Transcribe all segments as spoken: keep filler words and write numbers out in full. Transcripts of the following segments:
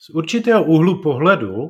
Z určitého úhlu pohledu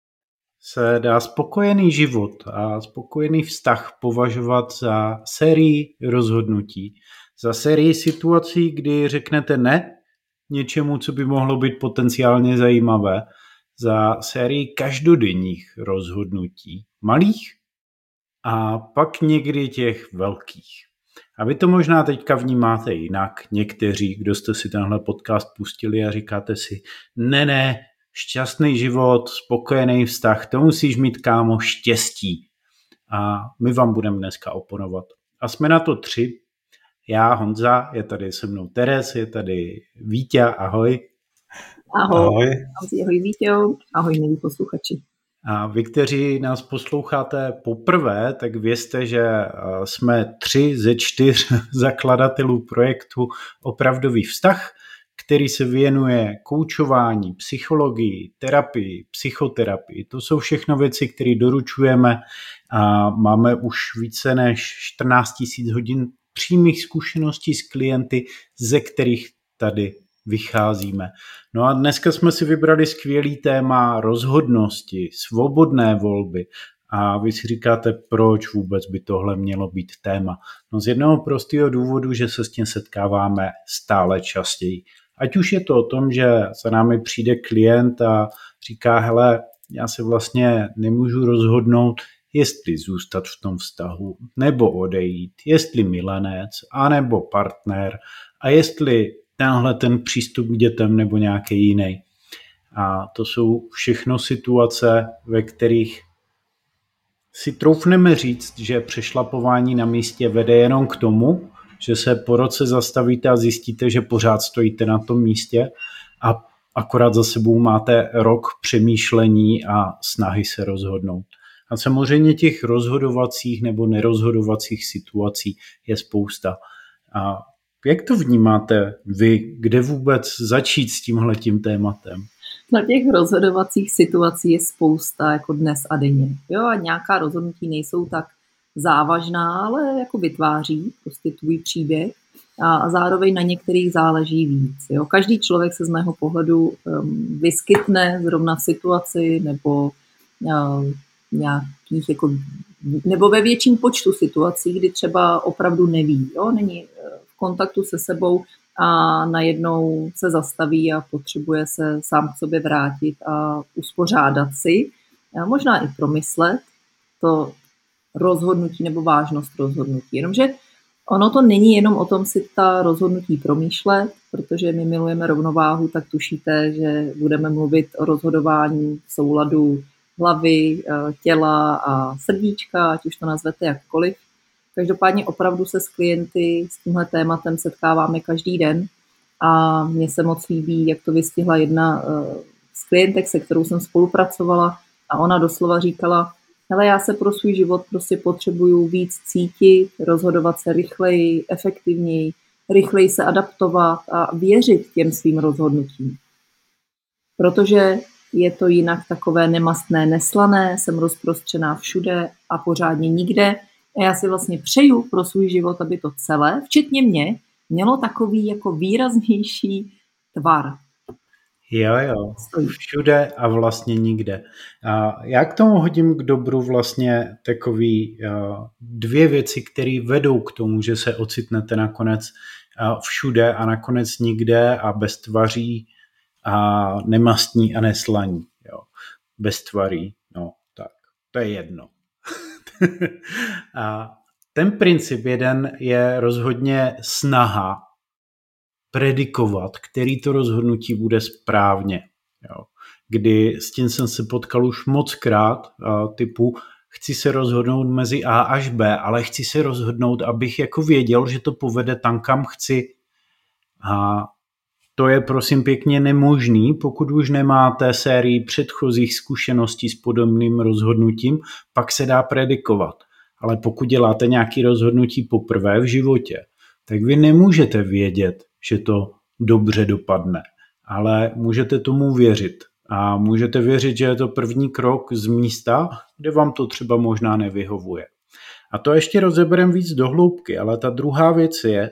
se dá spokojený život a spokojený vztah považovat za sérii rozhodnutí, za sérii situací, kdy řeknete ne něčemu, co by mohlo být potenciálně zajímavé, za sérii každodenních rozhodnutí, malých a pak někdy těch velkých. A vy to možná teďka vnímáte jinak, někteří, kdo jste si tenhle podcast pustili a říkáte si, ne, ne, šťastný život, spokojený vztah, to musíš mít, kámo, štěstí. A my vám budeme dneska oponovat. A jsme na to tři. Já, Honza, je tady se mnou Teres, je tady Vítě, ahoj. Ahoj. Ahoj, ahoj Vítě, ahoj milí posluchači. A vy, kteří nás posloucháte poprvé, tak vězte, že jsme tři ze čtyř zakladatelů projektu Opravdový vztah, který se věnuje koučování, psychologii, terapii, psychoterapii. To jsou všechno věci, které doručujeme a máme už více než čtrnáct tisíc hodin přímých zkušeností s klienty, ze kterých tady vycházíme. No a dneska jsme si vybrali skvělý téma rozhodnosti, svobodné volby. A vy si říkáte, proč vůbec by tohle mělo být téma? No z jednoho prostého důvodu, že se s tím setkáváme stále častěji. Ať už je to o tom, že za námi přijde klient a říká, hele, já se vlastně nemůžu rozhodnout, jestli zůstat v tom vztahu, nebo odejít, jestli milenec, anebo partner a jestli tenhle ten přístup k dětem nebo nějaký jiný. A to jsou všechno situace, ve kterých si troufneme říct, že přešlapování na místě vede jenom k tomu, že se po roce zastavíte a zjistíte, že pořád stojíte na tom místě a akorát za sebou máte rok přemýšlení a snahy se rozhodnout. A samozřejmě těch rozhodovacích nebo nerozhodovacích situací je spousta. A jak to vnímáte vy? Kde vůbec začít s tímhletím tématem? Na těch rozhodovacích situací je spousta, jako dnes a denně. Jo, a nějaká rozhodnutí nejsou tak závažná, ale jako vytváří prostě tvůj příběh a, a zároveň na některých záleží víc. Jo. Každý člověk se z mého pohledu um, vyskytne zrovna v situaci nebo um, nějakých jako, nebo ve větším počtu situací, kdy třeba opravdu neví, jo, není v kontaktu se sebou a najednou se zastaví a potřebuje se sám k sobě vrátit a uspořádat si, a možná i promyslet to rozhodnutí nebo vážnost rozhodnutí. Jenomže ono to není jenom o tom si ta rozhodnutí promýšlet, protože my milujeme rovnováhu, tak tušíte, že budeme mluvit o rozhodování v souladu hlavy, těla a srdíčka, ať už to nazvete jakkoliv. Každopádně opravdu se s klienty s tímhle tématem setkáváme každý den a mně se moc líbí, jak to vystihla jedna z klientek, se kterou jsem spolupracovala a ona doslova říkala, hele, já se pro svůj život prostě potřebuju víc cítit, rozhodovat se rychleji, efektivněji, rychleji se adaptovat a věřit těm svým rozhodnutím. Protože je to jinak takové nemastné, neslané, jsem rozprostřená všude a pořádně nikde. A já si vlastně přeju pro svůj život, aby to celé, včetně mě, mělo takový jako výraznější tvar. Jo, jo, všude a vlastně nikde. A já k tomu hodím k dobru vlastně takový dvě věci, které vedou k tomu, že se ocitnete nakonec všude a nakonec nikde a bez tvaří a nemastní a neslaní. Jo. Bez tvarí, no tak, to je jedno. A ten princip jeden je rozhodně snaha predikovat, který to rozhodnutí bude správně. Jo. Kdy s tím jsem se potkal už mockrát, typu chci se rozhodnout mezi A až B, ale chci se rozhodnout, abych jako věděl, že to povede tam, kam chci. A to je prosím pěkně nemožný, pokud už nemáte sérii předchozích zkušeností s podobným rozhodnutím, pak se dá predikovat. Ale pokud děláte nějaké rozhodnutí poprvé v životě, tak vy nemůžete vědět, že to dobře dopadne, ale můžete tomu věřit. A můžete věřit, že je to první krok z místa, kde vám to třeba možná nevyhovuje. A to ještě rozebereme víc do hloubky, ale ta druhá věc je,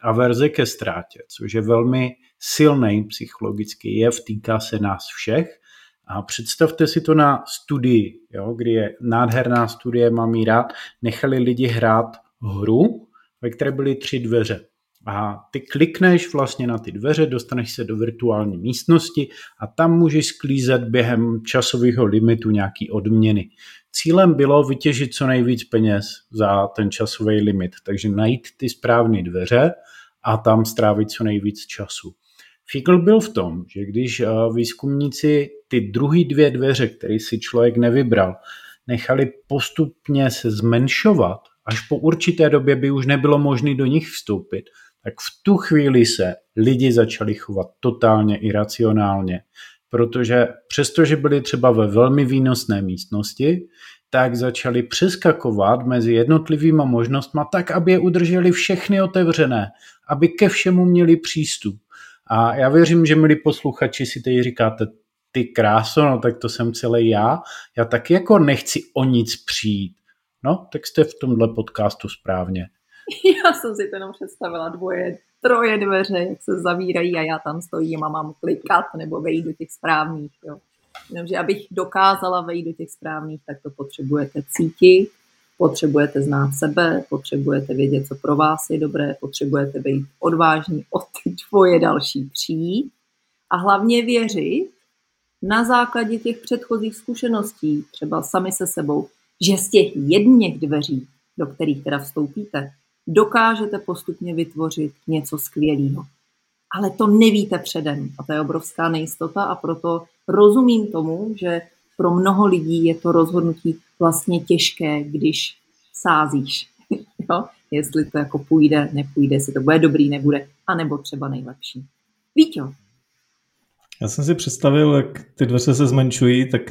averze ke ztrátě, což je velmi silný psychologický jev, týká se nás všech. A představte si to na studii, jo, kdy je nádherná studie, mám jí rád, nechali lidi hrát hru, ve které byly tři dveře. A ty klikneš vlastně na ty dveře, dostaneš se do virtuální místnosti a tam můžeš sklízet během časového limitu nějaký odměny. Cílem bylo vytěžit co nejvíc peněz za ten časový limit, takže najít ty správné dveře a tam strávit co nejvíc času. Fígl byl v tom, že když výzkumníci ty druhé dvě dveře, které si člověk nevybral, nechali postupně se zmenšovat, až po určité době by už nebylo možné do nich vstoupit, tak v tu chvíli se lidi začali chovat totálně iracionálně, protože přestože byli třeba ve velmi výnosné místnosti, tak začali přeskakovat mezi jednotlivýma možnostma tak, aby je udrželi všechny otevřené, aby ke všemu měli přístup. A já věřím, že milí posluchači si teď říkáte, ty kráso, no tak to jsem celý já, já taky jako nechci o nic přijít. No, tak jste v tomhle podcastu správně. Já jsem si to jenom představila dvoje, troje dveře, jak se zavírají a já tam stojím a mám klikat nebo vejít do těch správných. Jo. Jenomže abych dokázala vejít do těch správných, tak to potřebujete cítit, potřebujete znát sebe, potřebujete vědět, co pro vás je dobré, potřebujete být odvážní o ty dvoje další přijít a hlavně věřit na základě těch předchozích zkušeností, třeba sami se sebou, že z těch jedněch dveří, do kterých teda vstoupíte, dokážete postupně vytvořit něco skvělého. Ale to nevíte předem a to je obrovská nejistota a proto rozumím tomu, že pro mnoho lidí je to rozhodnutí vlastně těžké, když sázíš. Jo? Jestli to jako půjde, nepůjde, jestli to bude dobrý, nebude, anebo třeba nejlepší. Víťo. Já jsem si představil, jak ty dveře se zmenšují, tak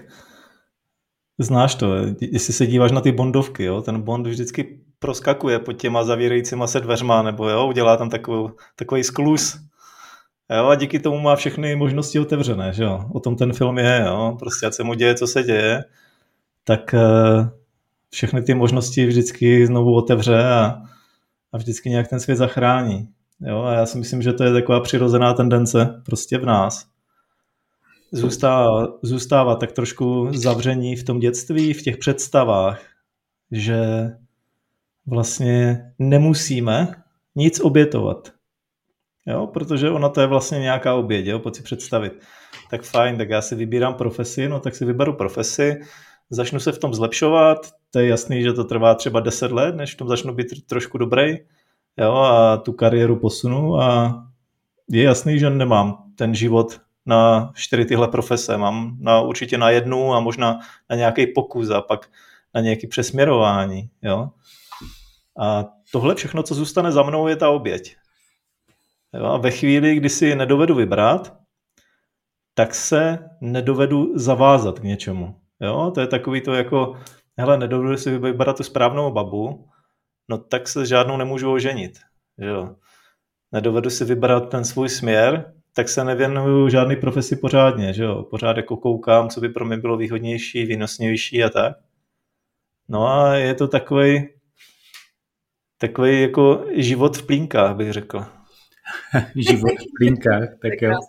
znáš to, jestli se díváš na ty bondovky, jo? Ten Bond vždycky proskakuje pod těma zavírajícíma se dveřma, nebo jo, udělá tam takovou, takový skluz. Jo, a díky tomu má všechny možnosti otevřené, že jo. O tom ten film je, jo. Prostě ať se mu děje, co se děje, tak uh, všechny ty možnosti vždycky znovu otevře a, a vždycky nějak ten svět zachrání. Jo, a já si myslím, že to je taková přirozená tendence prostě v nás. Zůstává, zůstává tak trošku zavření v tom dětství, v těch představách, že vlastně nemusíme nic obětovat. Jo, protože ona to je vlastně nějaká oběť, jo, pojď si představit. Tak fajn, tak já si vybírám profesi, no tak si vyberu profesi, začnu se v tom zlepšovat, to je jasný, že to trvá třeba deset let, než v tom začnu být trošku dobrý, jo, a tu kariéru posunu a je jasný, že nemám ten život na čtyři tyhle profese, mám na, určitě na jednu a možná na nějaký pokus a pak na nějaké přesměrování, jo. A tohle všechno, co zůstane za mnou, je ta oběť. Jo, a ve chvíli, kdy si nedovedu vybrat, tak se nedovedu zavázat k něčemu. Jo, to je takový to jako, hele, nedovedu si vybrat tu správnou babu, no tak se žádnou nemůžu oženit. Jo. Nedovedu si vybrat ten svůj směr, tak se nevěnuju žádný profesi pořádně. Že jo. Pořád jako koukám, co by pro mě bylo výhodnější, výnosnější a tak. No a je to takový takový jako život v plínkách, bych řekl. Život v plínkách, tak jo.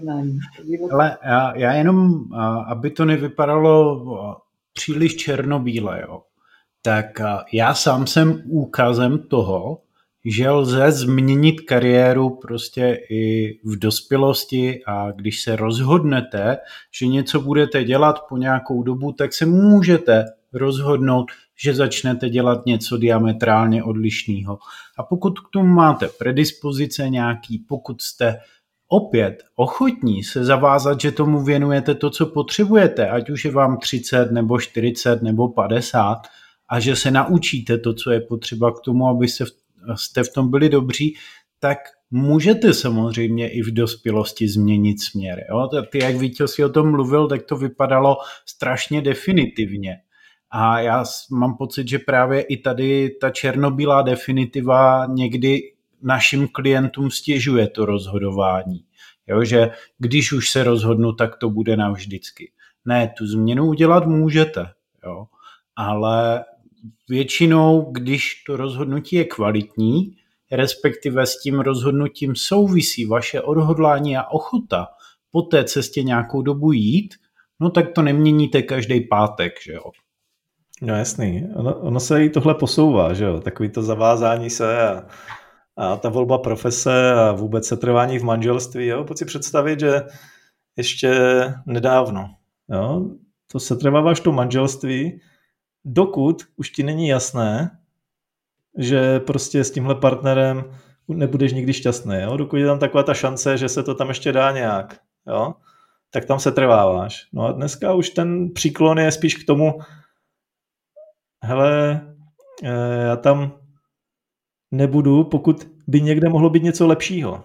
Ale já, já jenom, aby to nevypadalo příliš černobíle, jo, tak já sám jsem úkazem toho, že lze změnit kariéru prostě i v dospělosti a když se rozhodnete, že něco budete dělat po nějakou dobu, tak se můžete rozhodnout, že začnete dělat něco diametrálně odlišného. A pokud k tomu máte predispozice nějaký, pokud jste opět ochotní se zavázat, že tomu věnujete to, co potřebujete, ať už je vám třicet nebo čtyřicet nebo padesát a že se naučíte to, co je potřeba k tomu, aby se v, jste v tom byli dobří, tak můžete samozřejmě i v dospělosti změnit směr. Jo? Ty, jak Vítěl si o tom mluvil, tak to vypadalo strašně definitivně. A já mám pocit, že právě i tady ta černobílá definitiva někdy našim klientům stěžuje to rozhodování. Jo, že když už se rozhodnu, tak to bude navždycky. Ne, tu změnu udělat můžete, jo, ale většinou, když to rozhodnutí je kvalitní, respektive s tím rozhodnutím souvisí vaše odhodlání a ochota po té cestě nějakou dobu jít, no tak to neměníte každý pátek, že jo. No jasný, ono, ono se i tohle posouvá, že jo, takový to zavázání se a, a ta volba profese a vůbec setrvání v manželství, jo, pojď si představit, že ještě nedávno, jo, to setrváváš to manželství, dokud už ti není jasné, že prostě s tímhle partnerem nebudeš nikdy šťastný, jo, dokud je tam taková ta šance, že se to tam ještě dá nějak, jo, tak tam setrváváš. No a dneska už ten příklon je spíš k tomu, hele, já tam nebudu, pokud by někde mohlo být něco lepšího.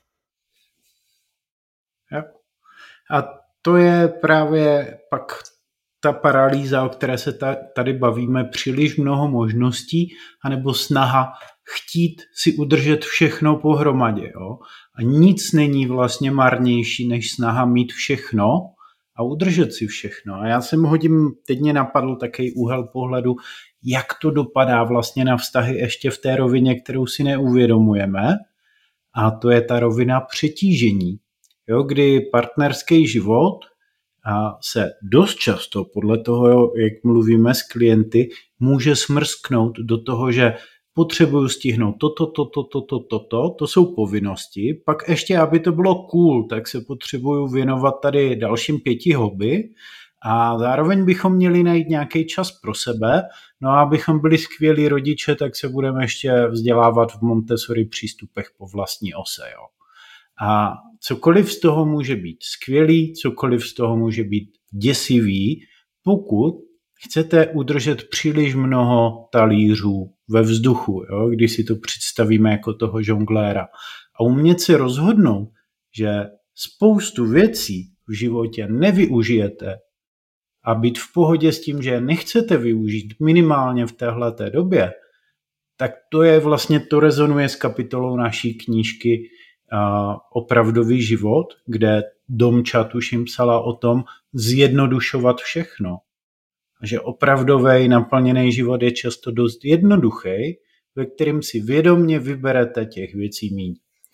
A to je právě pak ta paralýza, o které se tady bavíme, příliš mnoho možností, anebo snaha chtít si udržet všechno pohromadě. Jo? A nic není vlastně marnější, než snaha mít všechno a udržet si všechno. A já jsem hodím, teď mě napadl takový úhel pohledu, jak to dopadá vlastně na vztahy ještě v té rovině, kterou si neuvědomujeme, a to je ta rovina přetížení, jo, kdy partnerský život a se dost často, podle toho, jak mluvíme s klienty, může smrsknout do toho, že potřebuju stihnout toto, toto, toto, toto, to jsou povinnosti, pak ještě, aby to bylo cool, tak se potřebuju věnovat tady dalším pěti hobby a zároveň bychom měli najít nějaký čas pro sebe, no a abychom byli skvělí rodiče, tak se budeme ještě vzdělávat v Montessori přístupech po vlastní ose, jo. A cokoliv z toho může být skvělý, cokoliv z toho může být děsivý, pokud chcete udržet příliš mnoho talířů ve vzduchu, jo, když si to představíme jako toho žongléra. A umět si rozhodnout, že spoustu věcí v životě nevyužijete a být v pohodě s tím, že je nechcete využít minimálně v téhleté době, tak to je vlastně, to rezonuje s kapitolou naší knížky Uh, Opravdový život, kde Domča tuším psala o tom zjednodušovat všechno. A že opravdový naplněný život je často dost jednoduchý, ve kterém si vědomně vyberete těch věcí míň.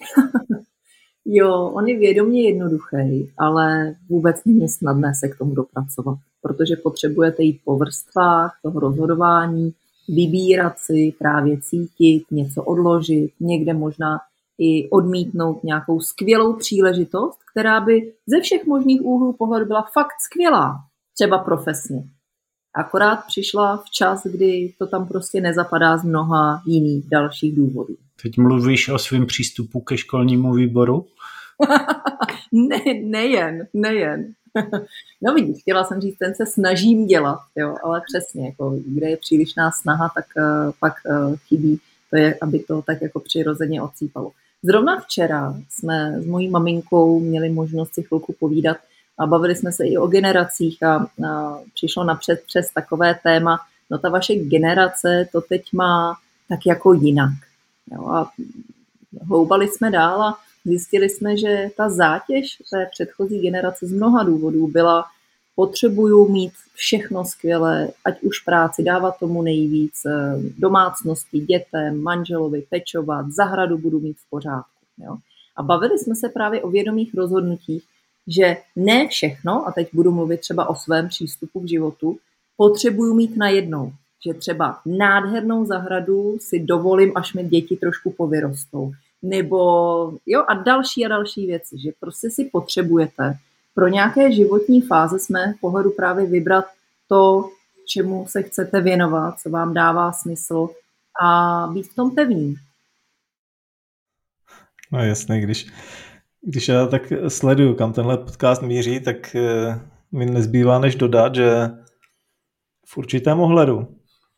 Jo, on je vědomě jednoduchý, ale vůbec není snadné se k tomu dopracovat, protože potřebujete jít po vrstvách toho rozhodování, vybírat si, právě cítit, něco odložit, někde možná i odmítnout nějakou skvělou příležitost, která by ze všech možných úhlů pohledu byla fakt skvělá, třeba profesně. Akorát přišla v čas, kdy to tam prostě nezapadá z mnoha jiných dalších důvodů. Teď mluvíš o svém přístupu ke školnímu výboru? ne, nejen, nejen. No vidíš, chtěla jsem říct, ten se snažím dělat, jo, ale přesně, jako, kde je přílišná snaha, tak uh, pak uh, chybí, to je, aby to tak jako přirozeně odsýpalo. Zrovna včera jsme s mojí maminkou měli možnost si chvilku povídat a bavili jsme se i o generacích a, a přišlo napřed přes takové téma, no ta vaše generace to teď má tak jako jinak. Jo, a hloubali jsme dál a zjistili jsme, že ta zátěž té předchozí generace z mnoha důvodů byla: potřebuju mít všechno skvělé, ať už práci, dávat tomu nejvíc, domácnosti, dětem, manželovi, pečovat, zahradu budu mít v pořádku. Jo? A bavili jsme se právě o vědomých rozhodnutích, že ne všechno, a teď budu mluvit třeba o svém přístupu k životu, potřebuju mít najednou. Že třeba nádhernou zahradu si dovolím, až mi děti trošku povyrostou. Nebo jo, a další a další věci, že prostě si potřebujete pro nějaké životní fáze z mého pohledu právě vybrat to, čemu se chcete věnovat, co vám dává smysl a být v tom pevný. No jasně, když, když já tak sleduju, kam tenhle podcast míří, tak mi nezbývá než dodat, že v určitém ohledu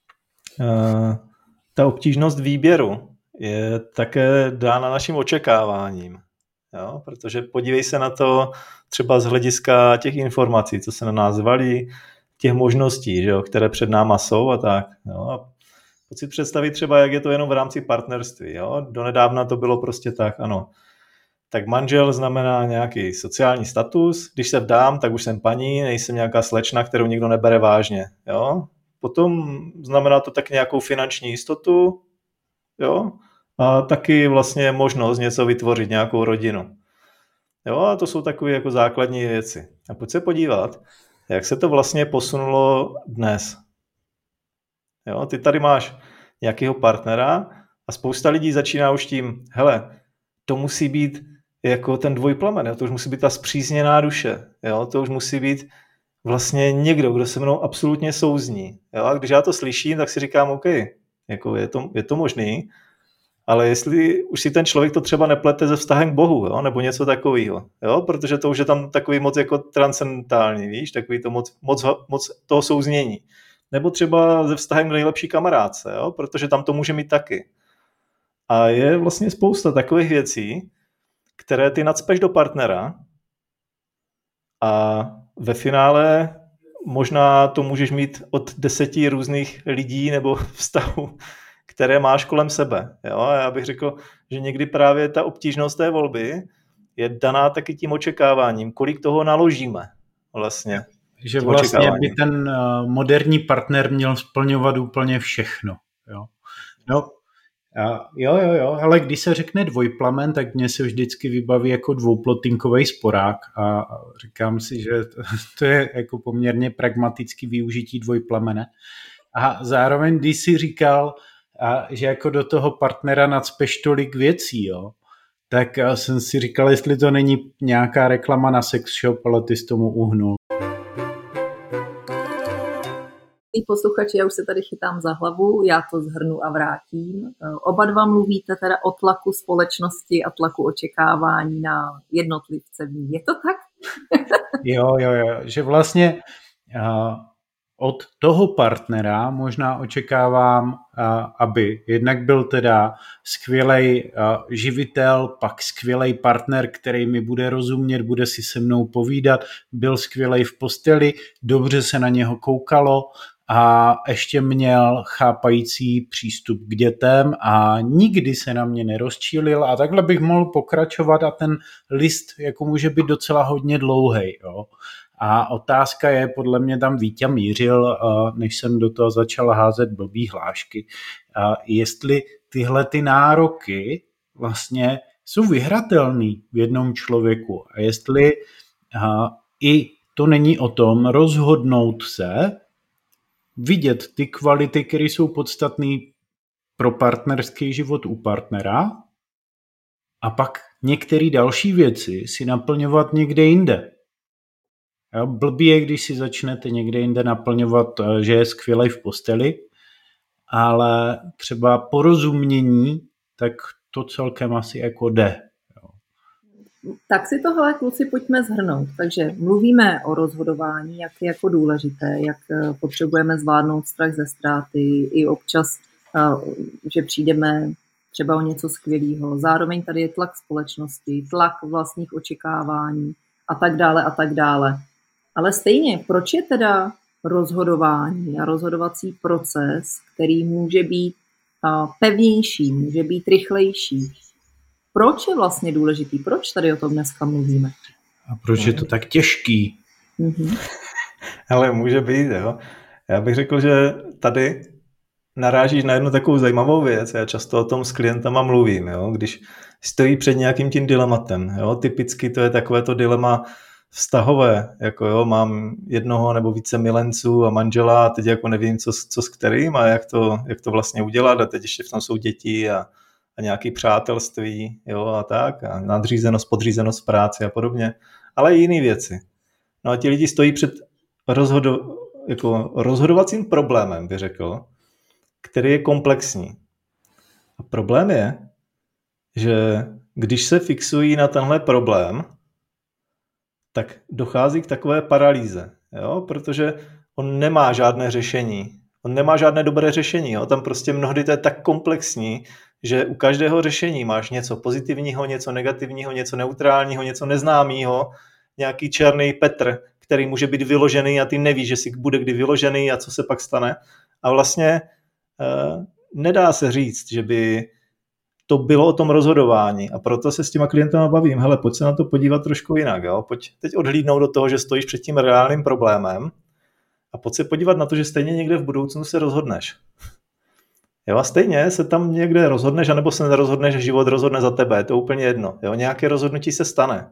ta obtížnost výběru je také dána našim očekáváním. Jo? Protože podívej se na to třeba z hlediska těch informací, co se na nás valí, těch možností, že jo, které před náma jsou a tak. Jo? A pojď si představit třeba, jak je to jenom v rámci partnerství. Jo? Donedávna to bylo prostě tak, ano. Tak manžel znamená nějaký sociální status, když se vdám, tak už jsem paní, nejsem nějaká slečna, kterou nikdo nebere vážně. Jo? Potom znamená to tak nějakou finanční jistotu, jo? a taky vlastně možnost něco vytvořit, nějakou rodinu. Jo, a to jsou takové jako základní věci. A pojď se podívat, jak se to vlastně posunulo dnes. Jo, ty tady máš nějakého partnera a spousta lidí začíná už tím, hele, to musí být jako ten dvojplamen, jo? To už musí být ta spřízněná duše, jo? To už musí být vlastně někdo, kdo se mnou absolutně souzní. Jo? A když já to slyším, tak si říkám, OK, jako je to, je to možný, ale jestli už si ten člověk to třeba neplete se vztahem k Bohu, jo? Nebo něco takového, jo? Protože to už je tam takový moc jako transcendentální, víš, takový to moc, moc, moc toho souznění. Nebo třeba ze vztahem k nejlepší kamarádce, jo? Protože tam to může mít taky. A je vlastně spousta takových věcí, které ty nacpeš do partnera a ve finále možná to můžeš mít od deseti různých lidí nebo vztahů, které máš kolem sebe. Jo? A já bych řekl, že někdy právě ta obtížnost té volby je daná taky tím očekáváním, kolik toho naložíme vlastně. Že vlastně by ten moderní partner měl splňovat úplně všechno. Jo, no, a jo, jo, jo, ale když se řekne dvojplamen, tak mě se vždycky vybaví jako dvouplotinkový sporák a říkám si, že to, to je jako poměrně pragmatický využití dvojplamene. A zároveň, když si říkal, a, že jako do toho partnera nacpeš tolik věcí, jo, tak jsem si říkal, jestli to není nějaká reklama na sex shop, ale ty jsi tomu uhnul. Posluchači, já už se tady chytám za hlavu, já to shrnu a vrátím. Oba dva mluvíte teda o tlaku společnosti a tlaku očekávání na jednotlivce. Je to tak? jo, jo, jo, že vlastně uh, od toho partnera možná očekávám, uh, aby jednak byl teda skvělej uh, živitel, pak skvělej partner, který mi bude rozumět, bude si se mnou povídat, byl skvělej v posteli, dobře se na něho koukalo, a ještě měl chápající přístup k dětem a nikdy se na mě nerozčílil a takhle bych mohl pokračovat a ten list jako může být docela hodně dlouhej. Jo. A otázka je, podle mě tam Víťa mířil, než jsem do toho začal házet blbý hlášky, jestli tyhle ty nároky vlastně jsou vyhratelný v jednom člověku a jestli i to není o tom rozhodnout se, vidět ty kvality, které jsou podstatné pro partnerský život u partnera a pak některé další věci si naplňovat někde jinde. Blbý je, když si začnete někde jinde naplňovat, že je skvělej v posteli, ale třeba porozumění, tak to celkem asi jako jde. Tak si tohle, kluci, pojďme shrnout. Takže mluvíme o rozhodování, jak je jako důležité, jak potřebujeme zvládnout strach ze ztráty, i občas, že přijdeme třeba o něco skvělého. Zároveň tady je tlak společnosti, tlak vlastních očekávání a tak dále a tak dále. Ale stejně, proč je teda rozhodování a rozhodovací proces, který může být pevnější, může být rychlejší? Proč je vlastně důležitý? Proč tady o tom dneska mluvíme? A proč je to tak těžký? Mm-hmm. Ale může být, jo. Já bych řekl, že tady narážíš na jednu takovou zajímavou věc. Já často o tom s klientama mluvím, jo. Když stojí před nějakým tím dilematem, jo. Typicky to je takové to dilema vztahové, jako jo, mám jednoho nebo více milenců a manžela a teď jako nevím, co, co s kterým a jak to, jak to vlastně udělat a teď ještě v tom jsou děti a a nějaké přátelství, jo, a tak, a nadřízenost, podřízenost v práci a podobně, ale i jiné věci. No a ti lidi stojí před rozhodo, jako rozhodovacím problémem, bych řekl, který je komplexní. A problém je, že když se fixují na tenhle problém, tak dochází k takové paralýze, jo, protože on nemá žádné řešení. On nemá žádné dobré řešení, jo. Tam prostě mnohdy to je tak komplexní, že u každého řešení máš něco pozitivního, něco negativního, něco neutrálního, něco neznámého, nějaký černý Petr, který může být vyložený a ty nevíš, že si bude kdy vyložený a co se pak stane. A vlastně eh, nedá se říct, že by to bylo o tom rozhodování a proto se s těma klientama bavím. Hele, pojď se na to podívat trošku jinak, jo. Pojď teď odhlídnout do toho, že stojíš před tím reálným problémem a pojď se podívat na to, že stejně někde v budoucnu se rozhodneš. Jo, a stejně se tam někde rozhodneš, anebo se nerozhodneš, že život rozhodne za tebe. Je to úplně jedno. Jo, nějaké rozhodnutí se stane.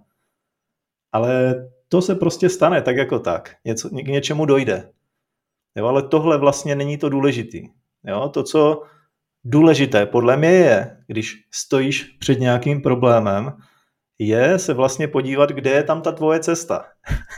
Ale to se prostě stane tak jako tak. Něco, k něčemu dojde. Jo, ale tohle vlastně není to důležitý. Jo, to, co důležité podle mě je, když stojíš před nějakým problémem, je se vlastně podívat, kde je tam ta tvoje cesta.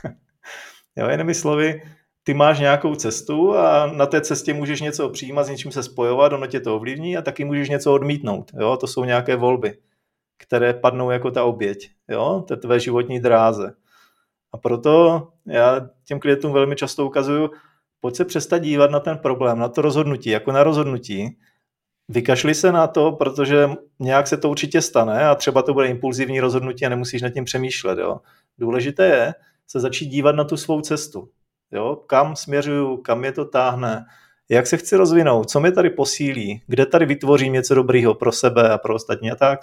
Jo, jinými slovy, ty máš nějakou cestu a na té cestě můžeš něco přijímat, s něčím se spojovat, ono tě to ovlivní a taky můžeš něco odmítnout. Jo, to jsou nějaké volby, které padnou jako ta oběť, jo, té tvé životní dráze. A proto já těm klientům velmi často ukazuju, pojď se přestat dívat na ten problém, na to rozhodnutí, jako na rozhodnutí. Vykašli se na to, protože nějak se to určitě stane a třeba to bude impulzivní rozhodnutí a nemusíš nad tím přemýšlet. Jo. Důležité je se začít dívat na tu svou cestu. Jo. Kam směřuju, kam mě to táhne, jak se chci rozvinout, co mě tady posílí, kde tady vytvořím něco dobrýho pro sebe a pro ostatní a tak.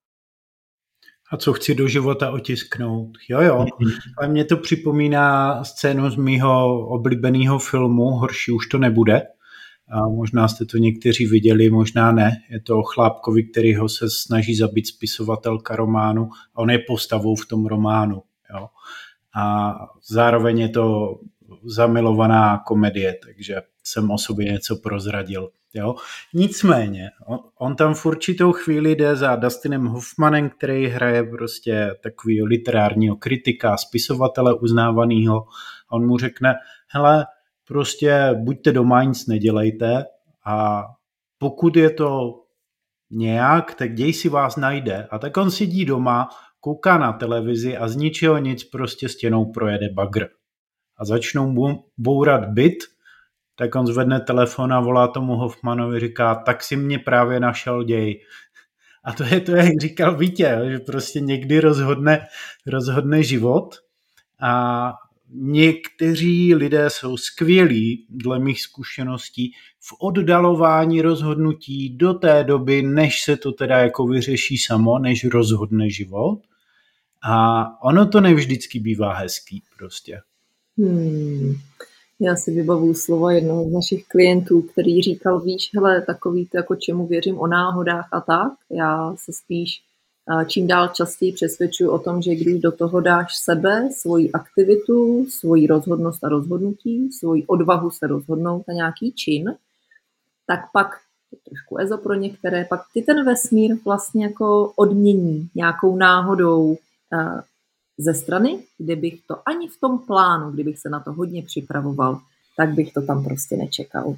A co chci do života otisknout. Jo, jo. Ale mě to připomíná scénu z mýho oblíbeného filmu Horší už to nebude. A možná jste to někteří viděli, možná ne. Je to o chlápkovi, kterýho se snaží zabít spisovatelka románu a on je postavou v tom románu. Jo. A zároveň je to zamilovaná komedie, takže jsem o sobě něco prozradil. Jo. Nicméně, on, on tam v určitou chvíli jde za Dustinem Hoffmanem, který hraje prostě takovýho literárního kritika, spisovatele uznávanýho. A on mu řekne, hele, prostě buďte doma, nic nedělejte a pokud je to nějak, tak děj si vás najde. A tak on sedí doma, kouká na televizi a z ničeho nic prostě stěnou projede bagr. A začnou bourat byt, tak on zvedne telefon a volá tomu Hoffmanovi, říká, tak si mě právě našel, děj. A to je to, jak říkal Vítě, že prostě někdy rozhodne, rozhodne život a někteří lidé jsou skvělí, dle mých zkušeností, v oddalování rozhodnutí do té doby, než se to teda jako vyřeší samo, než rozhodne život. A ono to nevždycky bývá hezký prostě. Hmm. Já si vybavuju slova jednoho z našich klientů, který říkal, víš, hele, takový to, jako čemu věřím o náhodách a tak. Já se spíš čím dál častěji přesvědčuji o tom, že když do toho dáš sebe, svoji aktivitu, svoji rozhodnost a rozhodnutí, svoji odvahu se rozhodnout a nějaký čin, tak pak, trošku ezo pro některé, pak ty ten vesmír vlastně jako odmění nějakou náhodou ze strany, kde bych to ani v tom plánu, kdybych se na to hodně připravoval, tak bych to tam prostě nečekal.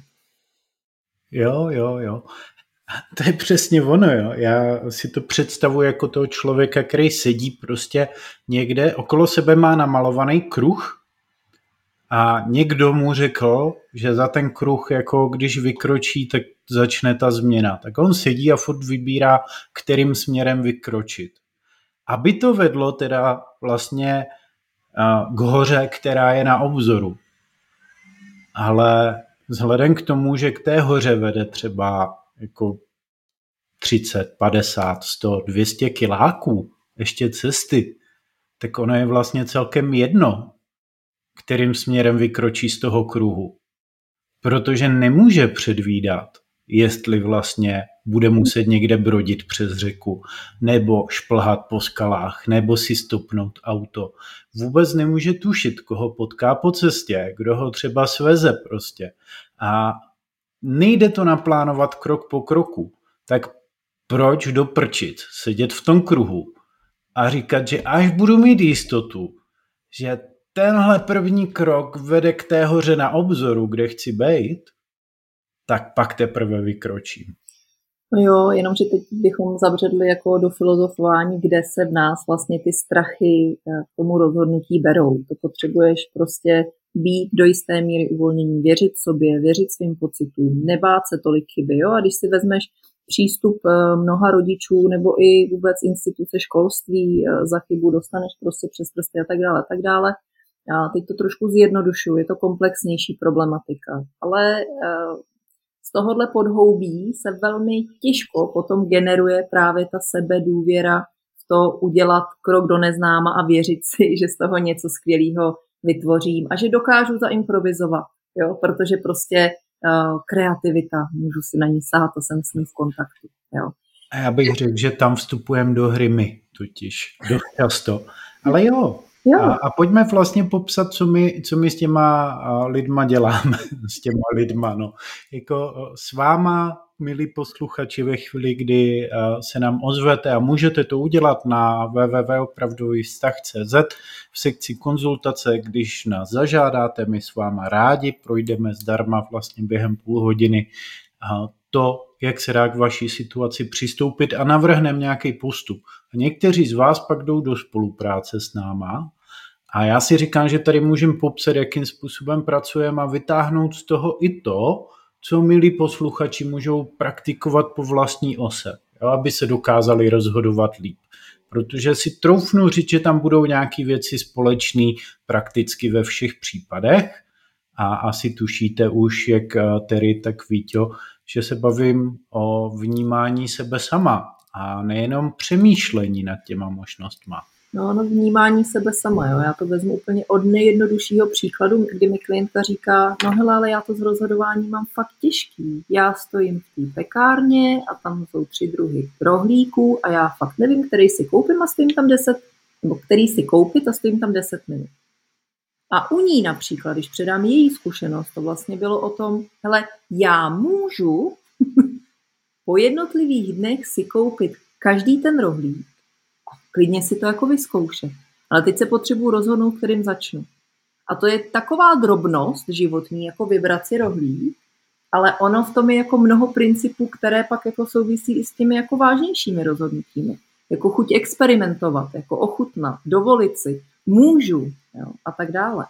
Jo, jo, jo. To je přesně ono, jo. Já si to představuji jako toho člověka, který sedí prostě někde, okolo sebe má namalovaný kruh a někdo mu řekl, že za ten kruh, jako když vykročí, tak začne ta změna. Tak on sedí a furt vybírá, kterým směrem vykročit. Aby to vedlo teda vlastně k hoře, která je na obzoru. Ale vzhledem k tomu, že k té hoře vede třeba jako třicet, padesát, sto, dvě stě kiláků ještě cesty, tak ono je vlastně celkem jedno, kterým směrem vykročí z toho kruhu. Protože nemůže předvídat, jestli vlastně bude muset někde brodit přes řeku, nebo šplhat po skalách, nebo si stopnout auto. Vůbec nemůže tušit, koho potká po cestě, kdo ho třeba sveze prostě. A nejde to naplánovat krok po kroku. Tak proč doprčit, sedět v tom kruhu a říkat, že až budu mít jistotu, že tenhle první krok vede k té hoře na obzoru, kde chci být, tak pak teprve vykročím. No jo, jenomže teď bychom zabředli jako do filozofování, kde se v nás vlastně ty strachy k tomu rozhodnutí berou. To potřebuješ prostě být do jisté míry uvolnění, věřit sobě, věřit svým pocitům, nebát se tolik chyby. Jo? A když si vezmeš přístup mnoha rodičů nebo i vůbec instituce školství, za chybu dostaneš prostě přes prsty a tak dále, a tak dále. A teď to trošku zjednodušuju, je to komplexnější problematika. Ale z tohohle podhoubí se velmi těžko potom generuje právě ta sebedůvěra v to udělat krok do neznáma a věřit si, že z toho něco skvělého vytvořím a že dokážu zaimprovizovat, jo? Protože prostě uh, kreativita, můžu si na ní sahat, to jsem s ní v kontaktu. Jo. A já bych řekl, že tam vstupujeme do hry my, totiž dost často. Ale jo, jo. A, a pojďme vlastně popsat, co my, co my s těma lidma děláme, s těma lidma, no. Jako s váma, milí posluchači, ve chvíli, kdy se nám ozvete a můžete to udělat na w w w tečka opravdový vztah tečka c z v sekci konzultace, když nás zažádáte, my s váma rádi projdeme zdarma vlastně během půl hodiny to, jak se dá k vaší situaci přistoupit a navrhneme nějaký postup. A někteří z vás pak jdou do spolupráce s náma a já si říkám, že tady můžeme popsat, jakým způsobem pracujeme a vytáhnout z toho i to, co milí posluchači můžou praktikovat po vlastní ose, jo, aby se dokázali rozhodovat líp. Protože si troufnu říct, že tam budou nějaké věci společné prakticky ve všech případech a asi tušíte už, jak Terry, tak Víťo, že se bavím o vnímání sebe sama a nejenom přemýšlení nad těma možnostma. No, no vnímání sebe sama, jo. Já to vezmu úplně od nejjednoduššího příkladu, kdy mi klientka říká, no hele, ale já to s rozhodováním mám fakt těžký. Já stojím v té pekárně a tam jsou tři druhy rohlíků a já fakt nevím, který si koupím a stojím tam deset, nebo který si koupit a stojím tam deset minut. A u ní například, když předám její zkušenost, to vlastně bylo o tom, hele, já můžu po jednotlivých dnech si koupit každý ten rohlík a klidně si to jako vyzkoušet. Ale teď se potřebuji rozhodnout, kterým začnu. A to je taková drobnost životní, jako vybrat si rohlík, ale ono v tom je jako mnoho principů, které pak jako souvisí i s těmi jako vážnějšími rozhodnutími. Jako chuť experimentovat, jako ochutnat, dovolit si, můžu, jo, a tak dále.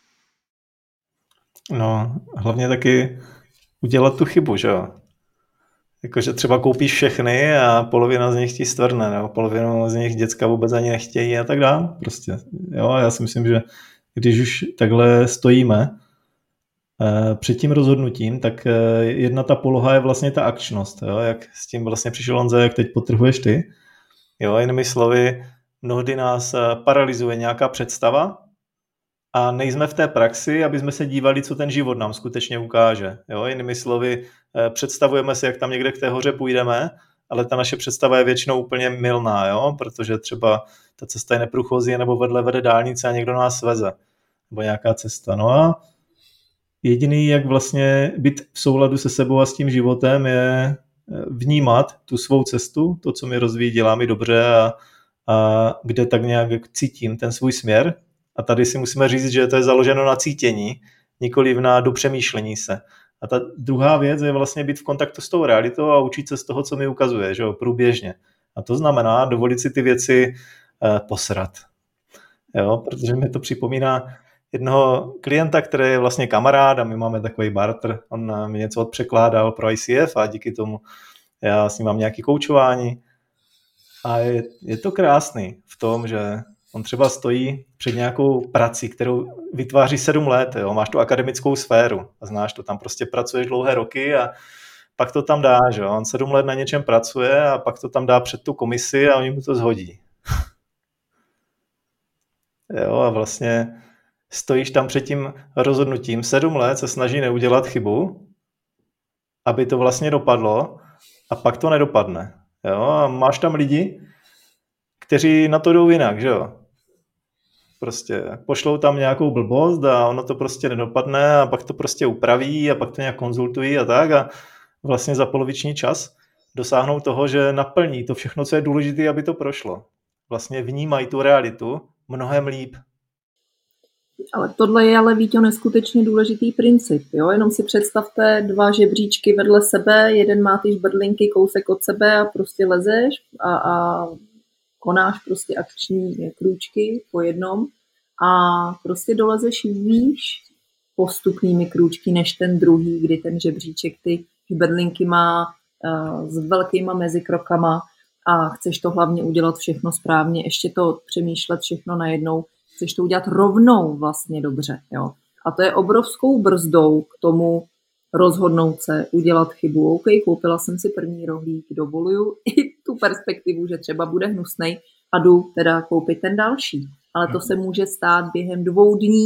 No, hlavně taky udělat tu chybu, že jo? Jakože třeba koupíš všechny a polovina z nich ti stvrdne, nebo polovinu z nich děcka vůbec ani nechtějí a tak dále. Prostě, jo, já si myslím, že když už takhle stojíme eh, před tím rozhodnutím, tak eh, jedna ta poloha je vlastně ta akčnost, jo? Jak s tím vlastně přišel Honza, jak teď potrhuješ ty. Jo, jinými slovy, mnohdy nás paralyzuje nějaká představa a nejsme v té praxi, aby jsme se dívali, co ten život nám skutečně ukáže. Jo, jinými slovy, představujeme si, jak tam někde k té hoře půjdeme, ale ta naše představa je většinou úplně mylná, jo? Protože třeba ta cesta je neprůchozí nebo vedle vede dálnice a někdo nás sveze. Nebo nějaká cesta. No a jediný, jak vlastně být v souladu se sebou a s tím životem, je vnímat tu svou cestu, to, co mi rozvíjí, dělá mi dobře a, a kde tak nějak cítím ten svůj směr. A tady si musíme říct, že to je založeno na cítění, nikoliv na dopřemýšlení se. A ta druhá věc je vlastně být v kontaktu s tou realitou a učit se z toho, co mi ukazuje, že jo, průběžně. A to znamená dovolit si ty věci eh, posrat. Jo, protože mi to připomíná jednoho klienta, který je vlastně kamarád a my máme takový barter. On mi něco odpřekládal pro I C F a díky tomu já s ním mám nějaké koučování. A je, je to krásný v tom, že on třeba stojí před nějakou prací, kterou vytváří sedm let. Jo? Máš tu akademickou sféru a znáš to, tam prostě pracuješ dlouhé roky a pak to tam dá. Že? On sedm let na něčem pracuje a pak to tam dá před tu komisi a oni mu to zhodí. Jo, a vlastně stojíš tam před tím rozhodnutím, sedm let se snaží neudělat chybu, aby to vlastně dopadlo a pak to nedopadne. Jo, a máš tam lidi, kteří na to jdou jinak, že jo. Prostě pošlou tam nějakou blbost a ono to prostě nedopadne a pak to prostě upraví a pak to nějak konzultují a tak a vlastně za poloviční čas dosáhnou toho, že naplní to všechno, co je důležité, aby to prošlo. Vlastně vnímají tu realitu mnohem líp. Ale tohle je ale, Víťo, neskutečně důležitý princip. Jo? Jenom si představte dva žebříčky vedle sebe, jeden má ty žbrdlinky kousek od sebe a prostě lezeš a, a konáš prostě akční krůčky po jednom a prostě dolezeš výš postupnými krůčky než ten druhý, kdy ten žebříček ty žbrdlinky má uh, s velkýma mezikrokama a chceš to hlavně udělat všechno správně, ještě to přemýšlet všechno najednou, chceš to udělat rovnou vlastně dobře. Jo? A to je obrovskou brzdou k tomu rozhodnout se, udělat chybu. OK, koupila jsem si první rohlík, dovoluju i tu perspektivu, že třeba bude hnusnej a jdu teda koupit ten další. Ale to se může stát během dvou dní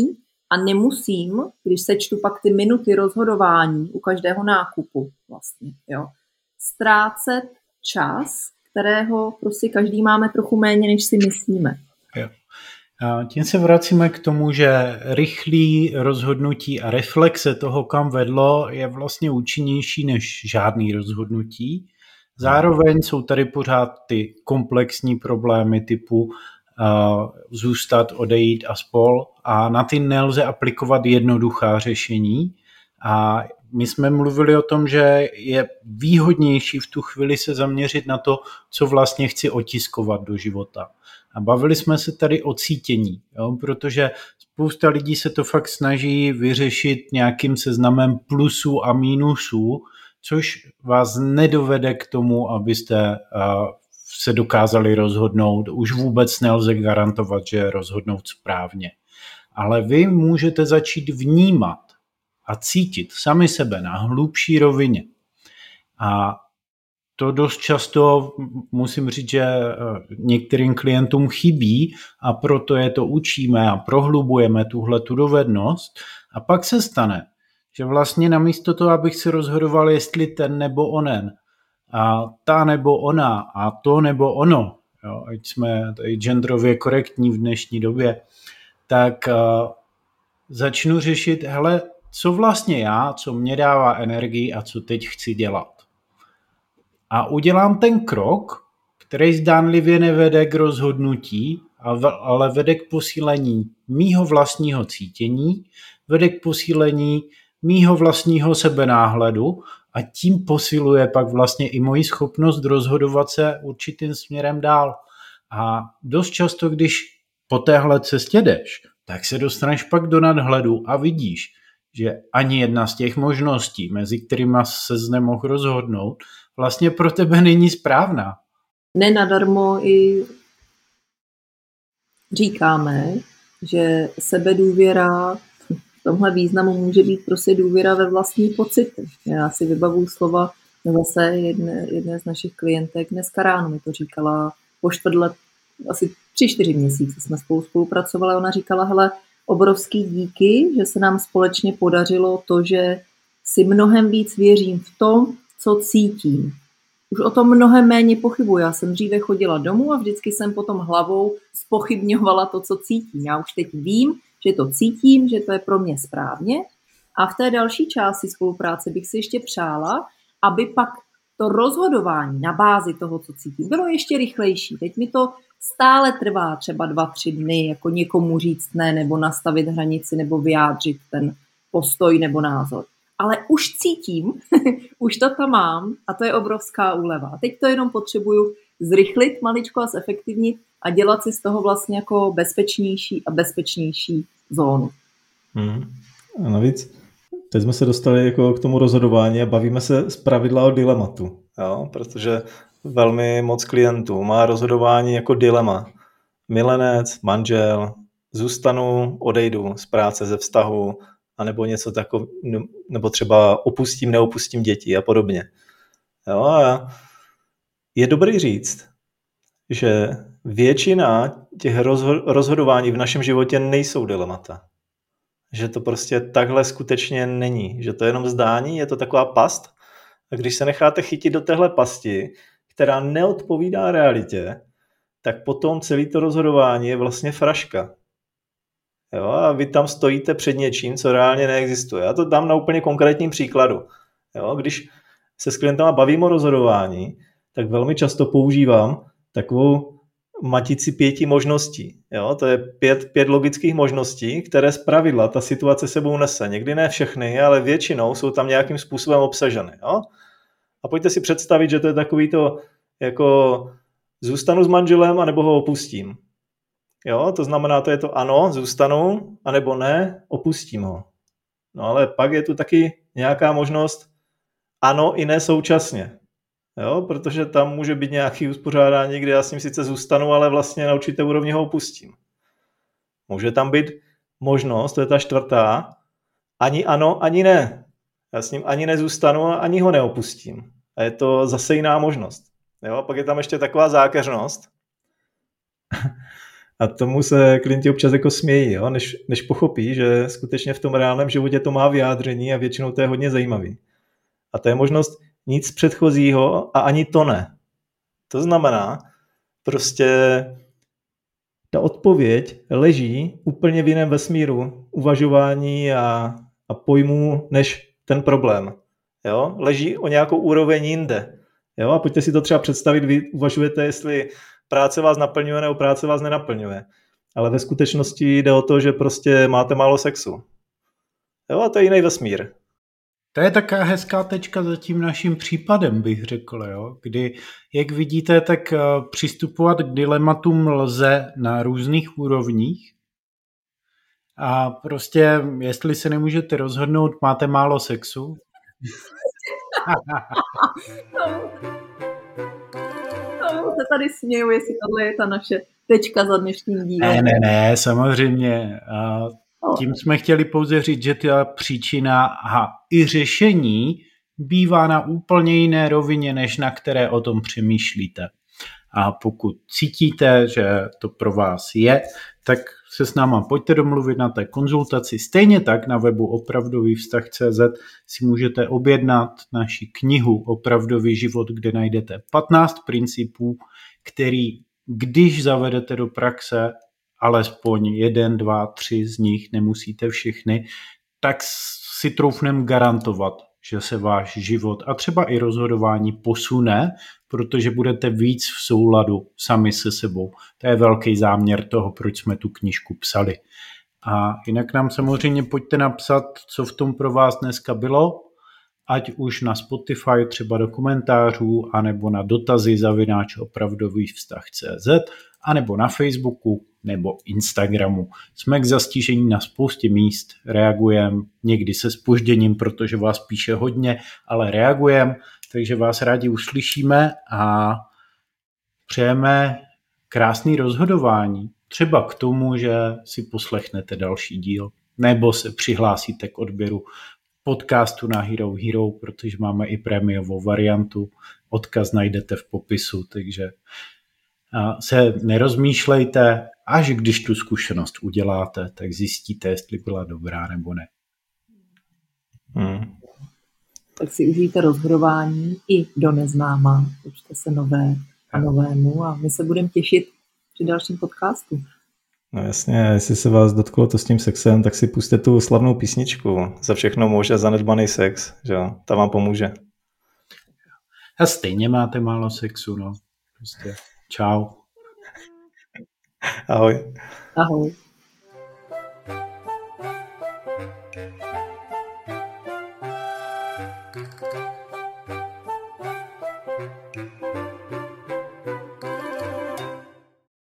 a nemusím, když sečtu pak ty minuty rozhodování u každého nákupu vlastně, jo, ztrácet čas, kterého prostě každý máme trochu méně, než si myslíme. Jo. A tím se vracíme k tomu, že rychlý rozhodnutí a reflexe toho, kam vedlo, je vlastně účinnější než žádný rozhodnutí. Zároveň jsou tady pořád ty komplexní problémy typu uh, zůstat, odejít a spol a na ty nelze aplikovat jednoduchá řešení. A my jsme mluvili o tom, že je výhodnější v tu chvíli se zaměřit na to, co vlastně chci otiskovat do života. A bavili jsme se tady o cítění, jo? Protože spousta lidí se to fakt snaží vyřešit nějakým seznamem plusů a mínusů, což vás nedovede k tomu, abyste uh, se dokázali rozhodnout. Už vůbec nelze garantovat, že rozhodnout správně. Ale vy můžete začít vnímat a cítit sami sebe na hlubší rovině. A to dost často musím říct, že některým klientům chybí a proto je to učíme a prohlubujeme tuhletu dovednost. A pak se stane, že vlastně namísto toho, abych se rozhodoval, jestli ten nebo onen, a ta nebo ona a to nebo ono, jo, ať jsme tady genderově korektní v dnešní době, tak uh, začnu řešit, hele, co vlastně já, co mě dává energii a co teď chci dělat. A udělám ten krok, který zdánlivě nevede k rozhodnutí, ale vede k posílení mýho vlastního cítění, vede k posílení mýho vlastního sebenáhledu a tím posiluje pak vlastně i moji schopnost rozhodovat se určitým směrem dál. A dost často, když po téhle cestě jdeš, tak se dostaneš pak do nadhledu a vidíš, že ani jedna z těch možností, mezi kterými ses nemohl rozhodnout, vlastně pro tebe není správná. Nenadarmo i říkáme, že sebedůvěra v tomhle významu může být prostě důvěra ve vlastní pocity. Já si vybavuju slova zase jedné, jedné z našich klientek, dneska ráno mi to říkala, po čtvrt let, asi tři, čtyři měsíce jsme spolu spolupracovali, ona říkala, hele, obrovský díky, že se nám společně podařilo to, že si mnohem víc věřím v tom, co cítím. Už o tom mnohem méně pochybuji. Já jsem dříve chodila domů a vždycky jsem potom hlavou zpochybňovala to, co cítím. Já už teď vím, že to cítím, že to je pro mě správně a v té další části spolupráce bych si ještě přála, aby pak to rozhodování na bázi toho, co cítím, bylo ještě rychlejší. Teď mi to stále trvá třeba dva, tři dny, jako někomu říct ne, nebo nastavit hranici, nebo vyjádřit ten postoj nebo názor. Ale už cítím, už to tam mám a to je obrovská úleva. A teď to jenom potřebuju zrychlit maličko a zefektivnit a dělat si z toho vlastně jako bezpečnější a bezpečnější zónu. Hmm. A navíc, teď jsme se dostali jako k tomu rozhodování a bavíme se zpravidla o dilematu, jo? Protože velmi moc klientů má rozhodování jako dilema. Milenec, manžel, zůstanu, odejdu z práce, ze vztahu, anebo něco takového, nebo třeba opustím, neopustím děti a podobně. Jo? A je dobrý říct, že většina těch rozhodování v našem životě nejsou dilemata. Že to prostě takhle skutečně není. Že to je jenom zdání, je to taková past. A když se necháte chytit do téhle pasti, která neodpovídá realitě, tak potom celé to rozhodování je vlastně fraška. Jo? A vy tam stojíte před něčím, co reálně neexistuje. Já to dám na úplně konkrétním příkladu. Jo? Když se s klientama bavím o rozhodování, tak velmi často používám takovou matici pěti možností. Jo? To je pět, pět logických možností, které zpravidla ta situace sebou nese. Někdy ne všechny, ale většinou jsou tam nějakým způsobem obsaženy. Jo? A pojďte si představit, že to je takový to, jako zůstanu s manželem, anebo ho opustím. Jo? To znamená, to je to ano, zůstanu, anebo ne, opustím ho. No ale pak je tu taky nějaká možnost ano i ne současně. Jo, protože tam může být nějaký uspořádání, kde já s ním sice zůstanu, ale vlastně na určité úrovni ho opustím. Může tam být možnost, to je ta čtvrtá, ani ano, ani ne. Já s ním ani nezůstanu, ani ho neopustím. A je to zase jiná možnost. Jo, pak je tam ještě taková zákeřnost. A tomu se klienti občas jako smějí, jo? Než, než pochopí, že skutečně v tom reálném životě to má vyjádření a většinou to je hodně zajímavý. A to je možnost nic předchozího a ani to ne. To znamená, prostě ta odpověď leží úplně v jiném vesmíru uvažování a, a pojmů než ten problém. Jo? Leží o nějakou úroveň jinde. Jo? A pojďte si to třeba představit, vy uvažujete, jestli práce vás naplňuje nebo práce vás nenaplňuje. Ale ve skutečnosti jde o to, že prostě máte málo sexu. Jo? A to je jiný vesmír. To je taká hezká tečka za tím naším případem, bych řekl, jo? Kdy, jak vidíte, tak přistupovat k dilematům lze na různých úrovních a prostě, jestli se nemůžete rozhodnout, máte málo sexu. No, se tady směju, jestli tohle je ta naše tečka za dnešním dílem. Ne, ne, ne, samozřejmě. A tím jsme chtěli pouze říct, že ta příčina a i řešení bývá na úplně jiné rovině, než na které o tom přemýšlíte. A pokud cítíte, že to pro vás je, tak se s náma pojďte domluvit na té konzultaci. Stejně tak na webu opravdový vztah tečka cé zet si můžete objednat naši knihu Opravdový život, kde najdete patnáct principů, který, když zavedete do praxe, alespoň jeden, dva, tři z nich, nemusíte všechny, tak si troufnem garantovat, že se váš život a třeba i rozhodování posune, protože budete víc v souladu sami se sebou. To je velký záměr toho, proč jsme tu knížku psali. A jinak nám samozřejmě pojďte napsat, co v tom pro vás dneska bylo, ať už na Spotify, třeba do komentářů, anebo na dotazy zavináč opravdový vztah tečka cé zet, anebo na Facebooku, nebo Instagramu. Jsme k zastížení na spoustě míst, reagujeme někdy se zpožděním, protože vás píše hodně, ale reagujeme, takže vás rádi uslyšíme a přejeme krásný rozhodování. Třeba k tomu, že si poslechnete další díl, nebo se přihlásíte k odběru podcastu na Hero Hero, protože máme i prémiovou variantu. Odkaz najdete v popisu, takže se nerozmýšlejte, až když tu zkušenost uděláte, tak zjistíte, jestli byla dobrá nebo ne. Hmm. Tak si užijte rozhodování i do neznáma, učte se nové a novému a my se budeme těšit při dalším podcastu. No jasně, jestli se vás dotklo to s tím sexem, tak si pusťte tu slavnou písničku Za všechno může zanedbaný sex, že jo, ta vám pomůže. A stejně máte málo sexu, no. Prostě čau. Ahoj. Ahoj. Thank you.